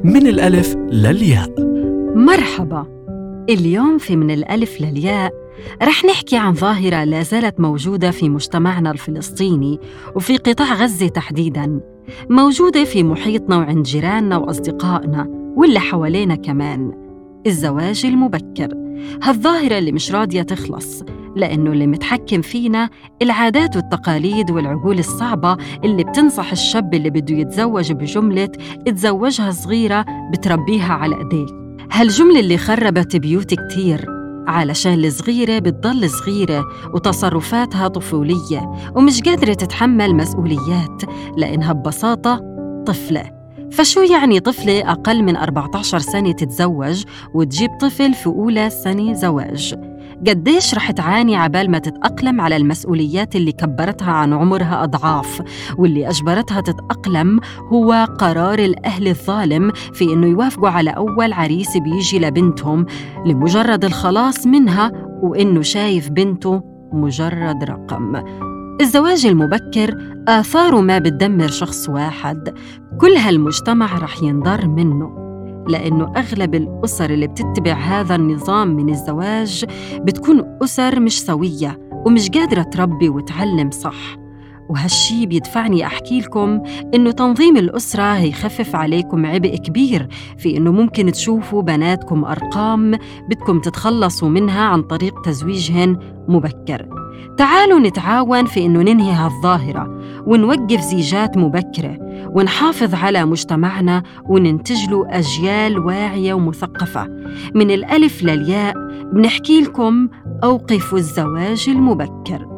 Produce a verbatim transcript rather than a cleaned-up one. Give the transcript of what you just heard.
من الألف للياء. مرحبا. اليوم في من الألف للياء رح نحكي عن ظاهرة لا زالت موجودة في مجتمعنا الفلسطيني وفي قطاع غزة تحديداً، موجودة في محيطنا وعند جيراننا وأصدقائنا واللي حوالينا كمان، الزواج المبكر. هالظاهرة اللي مش راضية تخلص، لأنه اللي متحكم فينا العادات والتقاليد والعقول الصعبة اللي بتنصح الشاب اللي بده يتزوج بجملة اتزوجها صغيرة بتربيها على ايديك. هالجملة اللي خربت بيوت كتير، علشان الصغيرة بتضل صغيرة وتصرفاتها طفولية ومش قادرة تتحمل مسؤوليات لأنها ببساطة طفلة. فشو يعني طفلة أقل من أربعة عشر سنة تتزوج وتجيب طفل في أولى سنة زواج؟ قديش رح تعاني عبال ما تتأقلم على المسؤوليات اللي كبرتها عن عمرها أضعاف، واللي أجبرتها تتأقلم هو قرار الأهل الظالم في إنه يوافقوا على أول عريس بيجي لبنتهم لمجرد الخلاص منها، وإنه شايف بنته مجرد رقم. الزواج المبكر آثاره ما بتدمر شخص واحد، كل هالمجتمع رح ينضر منه، لأنه أغلب الأسر اللي بتتبع هذا النظام من الزواج بتكون أسر مش سوية ومش قادرة تربي وتعلم صح. وهالشي بيدفعني أحكي لكم إنه تنظيم الأسرة هيخفف عليكم عبء كبير في إنه ممكن تشوفوا بناتكم أرقام بدكم تتخلصوا منها عن طريق تزويجهن مبكر. تعالوا نتعاون في إنه ننهي هالظاهرة ونوقف زيجات مبكرة ونحافظ على مجتمعنا وننتج له أجيال واعية ومثقفة. من الألف للياء بنحكي لكم أوقفوا الزواج المبكر.